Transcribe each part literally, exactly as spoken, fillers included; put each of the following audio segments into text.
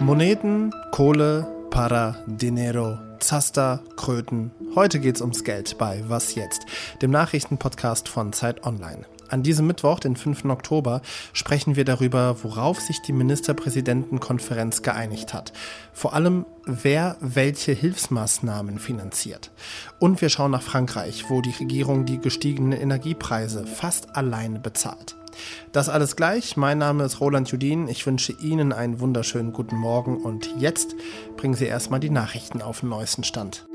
Moneten, Kohle, Para, Dinero, Zaster, Kröten. Heute geht's ums Geld bei Was jetzt?, dem Nachrichtenpodcast von Zeit Online. An diesem Mittwoch, den fünften Oktober, sprechen wir darüber, worauf sich die Ministerpräsidentenkonferenz geeinigt hat. Vor allem, wer welche Hilfsmaßnahmen finanziert. Und wir schauen nach Frankreich, wo die Regierung die gestiegenen Energiepreise fast alleine bezahlt. Das alles gleich. Mein Name ist Roland Judin. Ich wünsche Ihnen einen wunderschönen guten Morgen und jetzt bringen Sie erstmal die Nachrichten auf den neuesten Stand.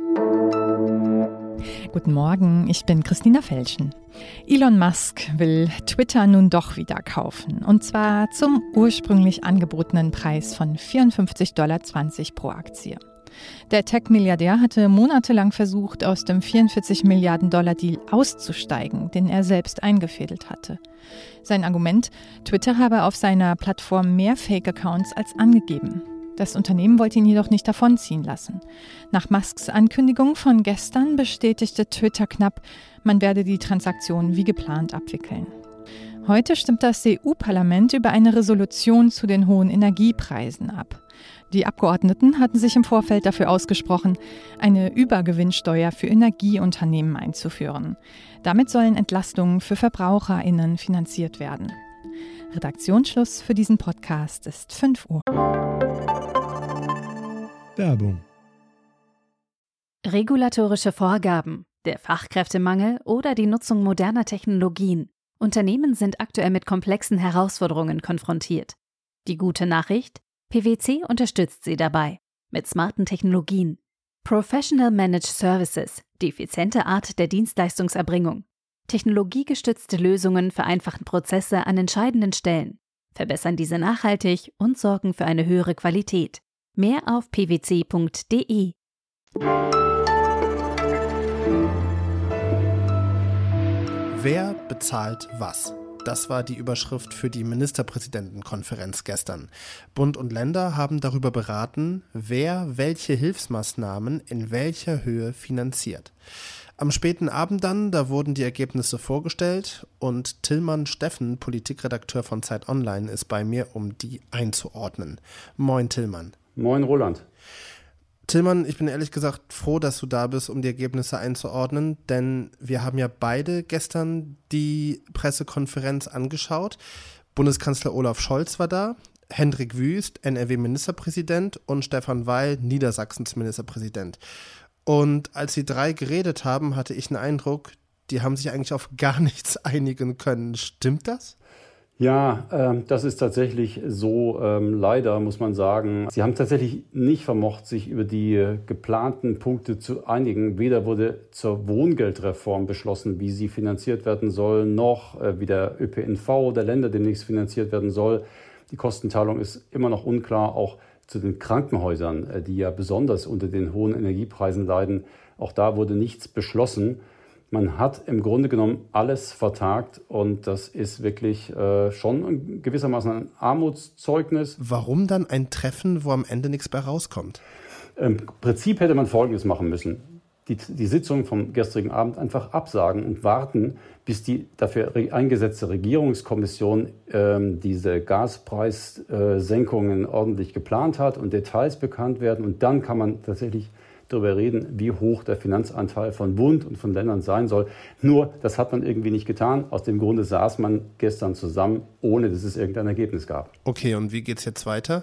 Guten Morgen, ich bin Christina Felschen. Elon Musk will Twitter nun doch wieder kaufen. Und zwar zum ursprünglich angebotenen Preis von vierundfünfzig Komma zwanzig Dollar pro Aktie. Der Tech-Milliardär hatte monatelang versucht, aus dem vierundvierzig Milliarden Dollar Deal auszusteigen, den er selbst eingefädelt hatte. Sein Argument: Twitter habe auf seiner Plattform mehr Fake-Accounts als angegeben. Das Unternehmen wollte ihn jedoch nicht davonziehen lassen. Nach Musks Ankündigung von gestern bestätigte Twitter knapp, man werde die Transaktion wie geplant abwickeln. Heute stimmt das E U-Parlament über eine Resolution zu den hohen Energiepreisen ab. Die Abgeordneten hatten sich im Vorfeld dafür ausgesprochen, eine Übergewinnsteuer für Energieunternehmen einzuführen. Damit sollen Entlastungen für VerbraucherInnen finanziert werden. Redaktionsschluss für diesen Podcast ist fünf Uhr. Werbung. Regulatorische Vorgaben, der Fachkräftemangel oder die Nutzung moderner Technologien. Unternehmen sind aktuell mit komplexen Herausforderungen konfrontiert. Die gute Nachricht: PwC unterstützt sie dabei. Mit smarten Technologien. Professional Managed Services, die effiziente Art der Dienstleistungserbringung. Technologiegestützte Lösungen vereinfachen Prozesse an entscheidenden Stellen, verbessern diese nachhaltig und sorgen für eine höhere Qualität. Mehr auf p w c punkt d e. Wer bezahlt was? Das war die Überschrift für die Ministerpräsidentenkonferenz gestern. Bund und Länder haben darüber beraten, wer welche Hilfsmaßnahmen in welcher Höhe finanziert. Am späten Abend dann, da wurden die Ergebnisse vorgestellt und Tillmann Steffen, Politikredakteur von Zeit Online, ist bei mir, um die einzuordnen. Moin Tillmann. Moin Roland. Tillmann, ich bin ehrlich gesagt froh, dass du da bist, um die Ergebnisse einzuordnen, denn wir haben ja beide gestern die Pressekonferenz angeschaut. Bundeskanzler Olaf Scholz war da, Hendrik Wüst, N R W-Ministerpräsident und Stefan Weil, Niedersachsens Ministerpräsident. Und als die drei geredet haben, hatte ich den Eindruck, die haben sich eigentlich auf gar nichts einigen können. Stimmt das? Ja, äh, das ist tatsächlich so, ähm, leider muss man sagen. Sie haben tatsächlich nicht vermocht, sich über die äh, geplanten Punkte zu einigen. Weder wurde zur Wohngeldreform beschlossen, wie sie finanziert werden soll, noch äh, wie der Ö P N V der Länder demnächst finanziert werden soll. Die Kostenteilung ist immer noch unklar, auch zu den Krankenhäusern, äh, die ja besonders unter den hohen Energiepreisen leiden. Auch da wurde nichts beschlossen. Man hat im Grunde genommen alles vertagt und das ist wirklich äh, schon gewissermaßen ein Armutszeugnis. Warum dann ein Treffen, wo am Ende nichts bei rauskommt? Im Prinzip hätte man Folgendes machen müssen. Die, die Sitzung vom gestrigen Abend einfach absagen und warten, bis die dafür eingesetzte Regierungskommission ähm, diese Gaspreissenkungen ordentlich geplant hat und Details bekannt werden. Und dann kann man tatsächlich darüber reden, wie hoch der Finanzanteil von Bund und von Ländern sein soll. Nur, das hat man irgendwie nicht getan. Aus dem Grunde saß man gestern zusammen, ohne dass es irgendein Ergebnis gab. Okay, und wie geht's jetzt weiter?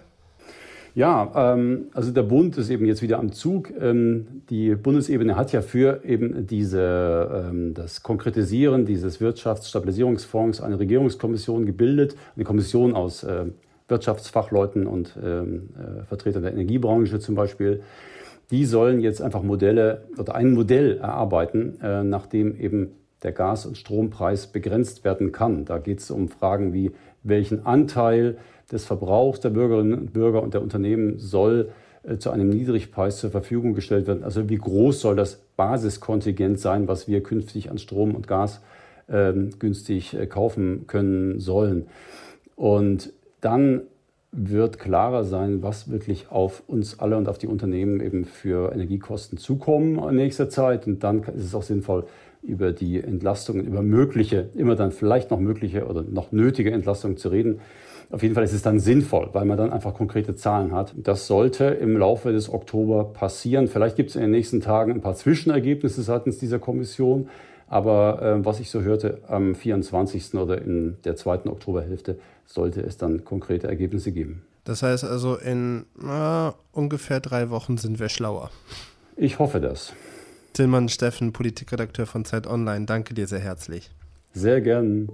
Ja, ähm, also der Bund ist eben jetzt wieder am Zug. Ähm, die Bundesebene hat ja für eben diese, ähm, das Konkretisieren dieses Wirtschaftsstabilisierungsfonds eine Regierungskommission gebildet. Eine Kommission aus äh, Wirtschaftsfachleuten und ähm, äh, Vertretern der Energiebranche zum Beispiel. Die sollen jetzt einfach Modelle oder ein Modell erarbeiten, äh, nachdem eben der Gas- und Strompreis begrenzt werden kann. Da geht es um Fragen wie, welchen Anteil des Verbrauchs der Bürgerinnen und Bürger und der Unternehmen soll äh, zu einem Niedrigpreis zur Verfügung gestellt werden. Also wie groß soll das Basiskontingent sein, was wir künftig an Strom und Gas äh, günstig äh, kaufen können sollen. Und dann wird klarer sein, was wirklich auf uns alle und auf die Unternehmen eben für Energiekosten zukommen in nächster Zeit. Und dann ist es auch sinnvoll, über die Entlastungen, über mögliche, immer dann vielleicht noch mögliche oder noch nötige Entlastungen zu reden. Auf jeden Fall ist es dann sinnvoll, weil man dann einfach konkrete Zahlen hat. Das sollte im Laufe des Oktober passieren. Vielleicht gibt es in den nächsten Tagen ein paar Zwischenergebnisse seitens dieser Kommission. Aber äh, was ich so hörte, am vierundzwanzigsten oder in der zweiten Oktoberhälfte sollte es dann konkrete Ergebnisse geben. Das heißt also, in äh, ungefähr drei Wochen sind wir schlauer. Ich hoffe das. Tillmann Steffen, Politikredakteur von Zeit Online, danke dir sehr herzlich. Sehr gern.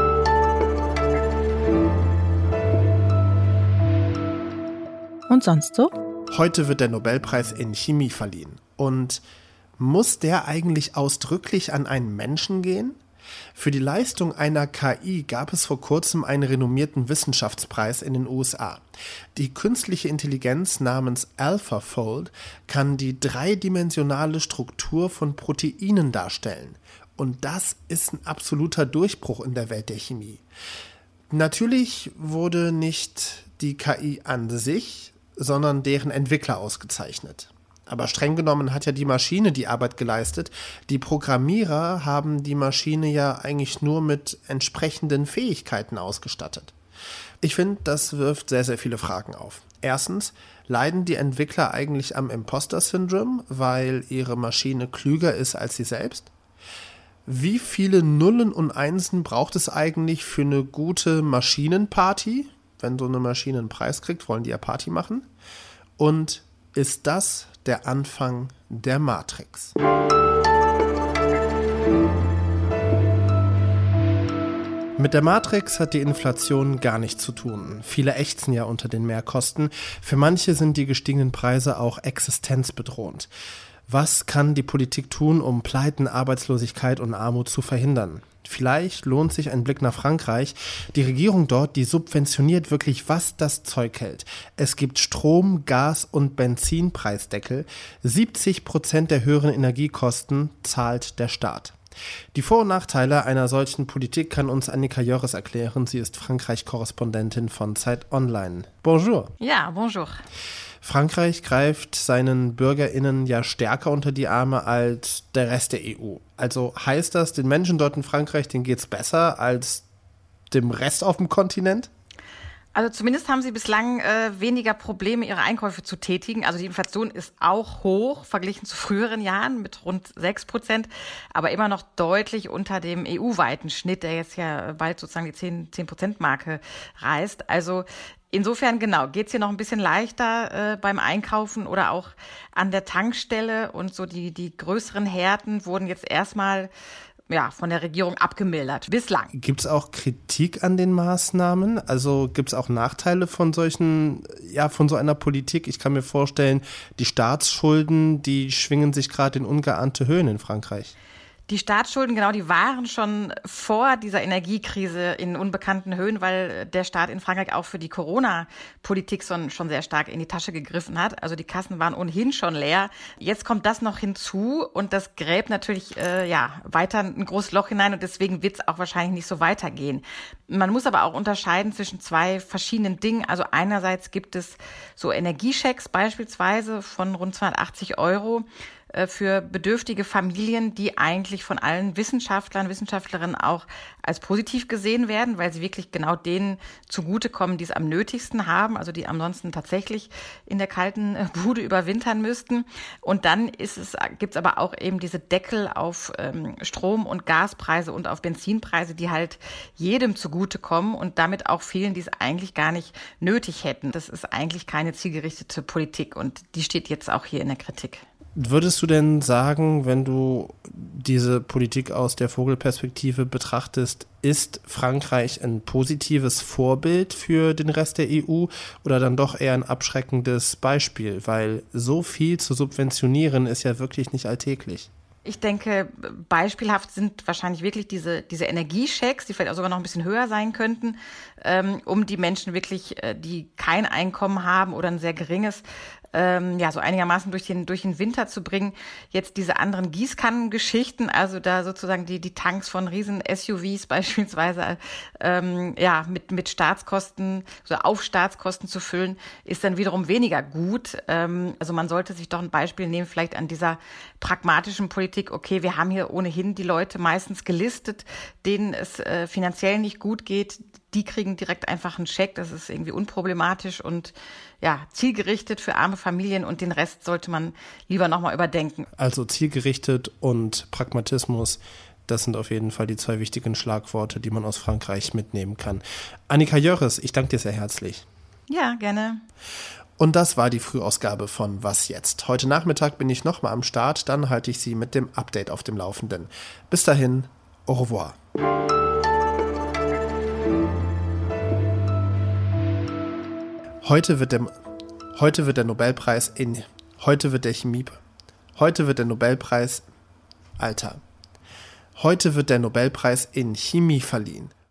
Und sonst so? Heute wird der Nobelpreis in Chemie verliehen. Und muss der eigentlich ausdrücklich an einen Menschen gehen? Für die Leistung einer K I gab es vor kurzem einen renommierten Wissenschaftspreis in den U S A. Die künstliche Intelligenz namens AlphaFold kann die dreidimensionale Struktur von Proteinen darstellen. Und das ist ein absoluter Durchbruch in der Welt der Chemie. Natürlich wurde nicht die K I an sich, sondern deren Entwickler ausgezeichnet. Aber streng genommen hat ja die Maschine die Arbeit geleistet. Die Programmierer haben die Maschine ja eigentlich nur mit entsprechenden Fähigkeiten ausgestattet. Ich finde, das wirft sehr, sehr viele Fragen auf. Erstens, leiden die Entwickler eigentlich am Imposter-Syndrom, weil ihre Maschine klüger ist als sie selbst? Wie viele Nullen und Einsen braucht es eigentlich für eine gute Maschinenparty? Wenn so eine Maschine einen Preis kriegt, wollen die ja Party machen. Und ist das der Anfang der Matrix? Mit der Matrix hat die Inflation gar nichts zu tun. Viele ächzen ja unter den Mehrkosten. Für manche sind die gestiegenen Preise auch existenzbedrohend. Was kann die Politik tun, um Pleiten, Arbeitslosigkeit und Armut zu verhindern? Vielleicht lohnt sich ein Blick nach Frankreich. Die Regierung dort, die subventioniert wirklich, was das Zeug hält. Es gibt Strom-, Gas- und Benzinpreisdeckel. siebzig Prozent der höheren Energiekosten zahlt der Staat. Die Vor- und Nachteile einer solchen Politik kann uns Annika Jörres erklären. Sie ist Frankreich-Korrespondentin von Zeit Online. Bonjour. Ja, bonjour. Frankreich greift seinen BürgerInnen ja stärker unter die Arme als der Rest der E U. Also heißt das, den Menschen dort in Frankreich, denen geht's besser als dem Rest auf dem Kontinent? Also zumindest haben sie bislang äh, weniger Probleme, ihre Einkäufe zu tätigen. Also die Inflation ist auch hoch, verglichen zu früheren Jahren mit rund sechs Prozent, aber immer noch deutlich unter dem E U-weiten Schnitt, der jetzt ja bald sozusagen die zehn Prozent Marke reißt. Also insofern, genau, geht's hier noch ein bisschen leichter äh, beim Einkaufen oder auch an der Tankstelle. Und so die, die größeren Härten wurden jetzt erstmal ja, von der Regierung abgemildert, bislang. Gibt es auch Kritik an den Maßnahmen? Also gibt es auch Nachteile von solchen, ja, von so einer Politik? Ich kann mir vorstellen, die Staatsschulden, die schwingen sich gerade in ungeahnte Höhen in Frankreich. Die Staatsschulden, genau, die waren schon vor dieser Energiekrise in unbekannten Höhen, weil der Staat in Frankreich auch für die Corona-Politik schon, schon sehr stark in die Tasche gegriffen hat. Also die Kassen waren ohnehin schon leer. Jetzt kommt das noch hinzu und das gräbt natürlich äh, ja weiter ein großes Loch hinein und deswegen wird es auch wahrscheinlich nicht so weitergehen. Man muss aber auch unterscheiden zwischen zwei verschiedenen Dingen. Also einerseits gibt es so Energiechecks beispielsweise von rund zweihundertachtzig Euro für bedürftige Familien, die eigentlich von allen Wissenschaftlern, Wissenschaftlerinnen auch als positiv gesehen werden, weil sie wirklich genau denen zugutekommen, die es am nötigsten haben, also die ansonsten tatsächlich in der kalten Bude überwintern müssten. Und dann ist es, gibt's aber auch eben diese Deckel auf ähm, Strom- und Gaspreise und auf Benzinpreise, die halt jedem zugutekommen und damit auch vielen, die es eigentlich gar nicht nötig hätten. Das ist eigentlich keine zielgerichtete Politik und die steht jetzt auch hier in der Kritik. Würdest du denn sagen, wenn du diese Politik aus der Vogelperspektive betrachtest, ist Frankreich ein positives Vorbild für den Rest der E U oder dann doch eher ein abschreckendes Beispiel? Weil so viel zu subventionieren ist ja wirklich nicht alltäglich. Ich denke, beispielhaft sind wahrscheinlich wirklich diese, diese Energiechecks, die vielleicht auch sogar noch ein bisschen höher sein könnten, ähm, um die Menschen wirklich, äh, die kein Einkommen haben oder ein sehr geringes, ähm, ja, so einigermaßen durch den, durch den Winter zu bringen. Jetzt diese anderen Gießkannengeschichten, also da sozusagen die, die Tanks von riesen S U Vs beispielsweise, ähm, ja, mit, mit Staatskosten, so auf Staatskosten zu füllen, ist dann wiederum weniger gut. Ähm, also man sollte sich doch ein Beispiel nehmen, vielleicht an dieser pragmatischen Politik. Okay, wir haben hier ohnehin die Leute meistens gelistet, denen es äh, finanziell nicht gut geht, die kriegen direkt einfach einen Scheck. Das ist irgendwie unproblematisch und ja, zielgerichtet für arme Familien und den Rest sollte man lieber nochmal überdenken. Also zielgerichtet und Pragmatismus, das sind auf jeden Fall die zwei wichtigen Schlagworte, die man aus Frankreich mitnehmen kann. Annika Jörres, ich danke dir sehr herzlich. Ja, gerne. Und das war die Frühausgabe von Was jetzt? Heute Nachmittag bin ich nochmal am Start, dann halte ich Sie mit dem Update auf dem Laufenden. Bis dahin, au revoir. Heute wird der, heute wird der Nobelpreis in, heute wird der Chemie, heute wird der Nobelpreis, Alter, heute wird der Nobelpreis in Chemie verliehen.